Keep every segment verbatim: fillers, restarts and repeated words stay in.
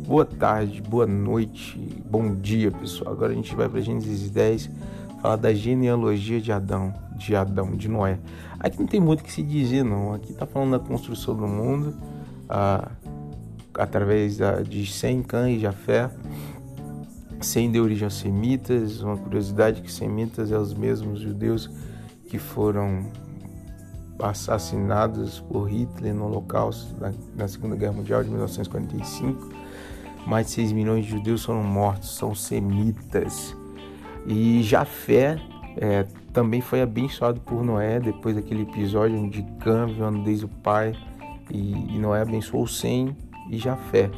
boa tarde, boa noite, bom dia, pessoal. Agora a gente vai para Gênesis dez, falar da genealogia de Adão, de Adão, de Noé. Aqui não tem muito o que se dizer, não. Aqui está falando da construção do mundo, ah, através da, de Sem, Cã e Jafé. Sem de origem aos semitas. Uma curiosidade que semitas é os mesmos judeus que foram assassinados por Hitler no Holocausto, na, na Segunda Guerra Mundial de mil novecentos e quarenta e cinco. Mais de seis milhões de judeus foram mortos, são semitas. E Jafé é, também foi abençoado por Noé, depois daquele episódio onde Cã viu a nudez do pai, e, e Noé abençoou Sem e Jafé.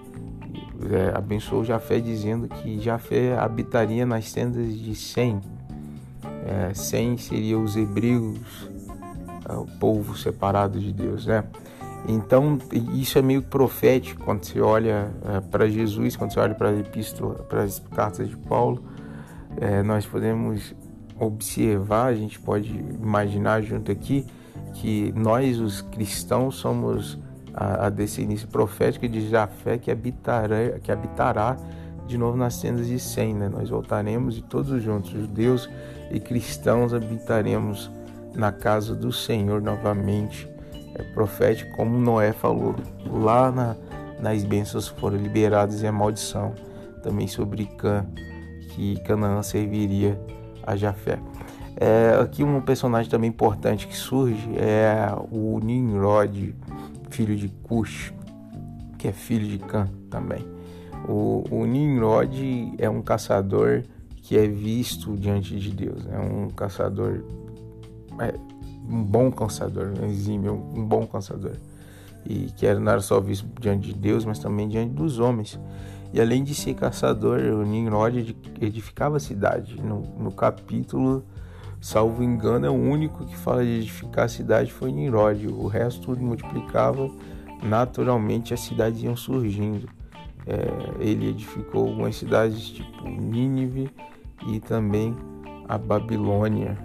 É, abençoou Jafé dizendo que Jafé habitaria nas tendas de Sem. É, Sem seria os hebreus, o povo separado de Deus, né? Então isso é meio profético quando você olha é, para Jesus, quando você olha para a epístola, para as cartas de Paulo. É, nós podemos observar, a gente pode imaginar junto aqui que nós, os cristãos, somos a, a descendência profética de Jafé que habitará, que habitará de novo nas tendas de Sem, né? Nós voltaremos e todos juntos, judeus e cristãos, habitaremos na casa do Senhor novamente. É profético, como Noé falou lá na, nas bênçãos foram liberadas e a maldição também sobre Cã, que Canaã serviria a Jafé. É, aqui um personagem também importante que surge é o Nimrod, filho de Cush, que é filho de Cã também. O, o Nimrod é um caçador que é visto diante de Deus, é um caçador, é, um bom caçador, um exímio, um bom caçador, e que não era só visto diante de Deus, mas também diante dos homens. E além de ser caçador, o Nimrod edificava a cidade. No, no capítulo, salvo engano, é o único que fala de edificar a cidade foi Nimrod. O resto tudo multiplicava, naturalmente as cidades iam surgindo. É, ele edificou algumas cidades tipo Nínive e também a Babilônia,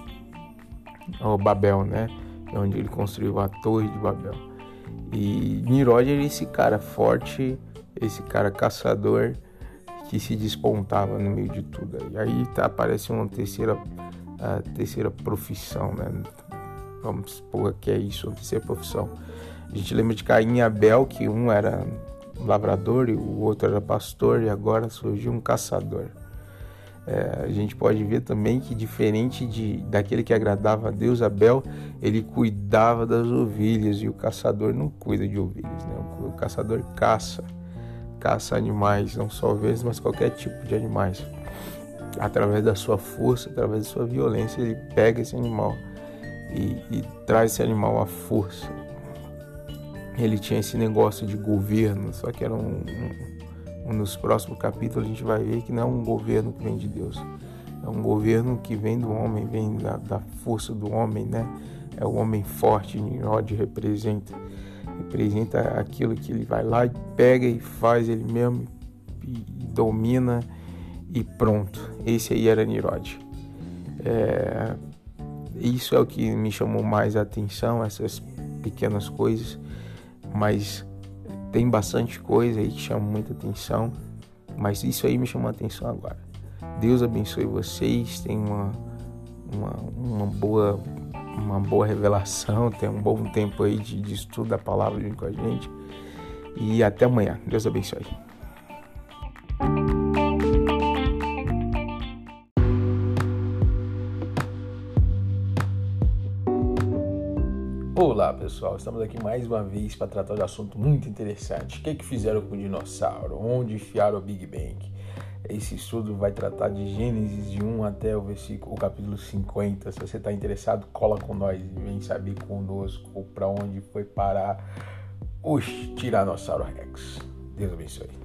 ou Babel, né? É onde ele construiu a Torre de Babel. E Nimrod era esse cara forte, esse cara caçador que se despontava no meio de tudo. E aí tá, aparece uma terceira, a terceira profissão, né? Vamos supor que é isso, a terceira profissão. A gente lembra de Caim e Abel, que um era lavrador e o outro era pastor, e agora surgiu um caçador. É, a gente pode ver também que, diferente de, daquele que agradava a Deus, Abel, ele cuidava das ovelhas, e o caçador não cuida de ovelhas, né? O, o caçador caça, caça animais, não só ovelhas, mas qualquer tipo de animais. Através da sua força, através da sua violência, ele pega esse animal e, e traz esse animal à força. Ele tinha esse negócio de governo, só que era um, um, um nos próximos capítulos a gente vai ver que não é um governo que vem de Deus, é um governo que vem do homem, vem da, da força do homem, né? É o homem forte. Nimrod representa representa aquilo que ele vai lá e pega e faz ele mesmo e, e domina e pronto. Esse aí era Nimrod. É, isso é o que me chamou mais a atenção, essas pequenas coisas. Mas tem bastante coisa aí que chama muita atenção, mas isso aí me chamou a atenção agora. Deus abençoe vocês, tenham uma, uma, uma, boa, uma boa revelação, tenham um bom tempo aí de, de estudo da palavra junto com a gente, e até amanhã. Deus abençoe. Olá pessoal, estamos aqui mais uma vez para tratar de um assunto muito interessante. O que, que fizeram com o dinossauro? Onde enfiaram o Big Bang? Esse estudo vai tratar de Gênesis de um até o, versículo, o capítulo cinquenta. Se você está interessado, cola com nós e vem saber conosco para onde foi parar o Tiranossauro Rex. Deus abençoe.